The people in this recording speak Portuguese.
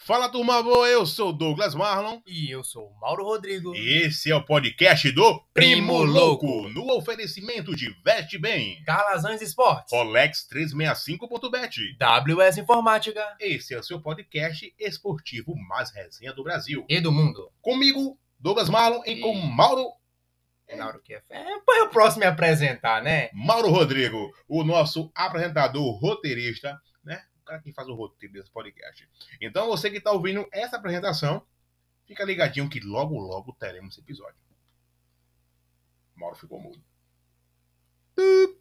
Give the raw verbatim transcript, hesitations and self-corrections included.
Fala, turma boa, eu sou Douglas Marlon. E eu sou o Mauro Rodrigo. Esse é o podcast do Primo Louco. No oferecimento de Veste Bem, Calazans Esportes, Rolex trezentos e sessenta e cinco ponto bet. W S Informática Esse é o seu podcast esportivo mais resenha do Brasil. e do mundo. Comigo, Douglas Marlon, e com E- Mauro, Mauro que é... é foi o próximo a apresentar, né? Mauro Rodrigo, o nosso apresentador roteirista, né? O cara que faz o roteiro desse podcast. Então, você que está ouvindo essa apresentação, fica ligadinho que logo, logo teremos esse episódio. Mauro ficou mudo.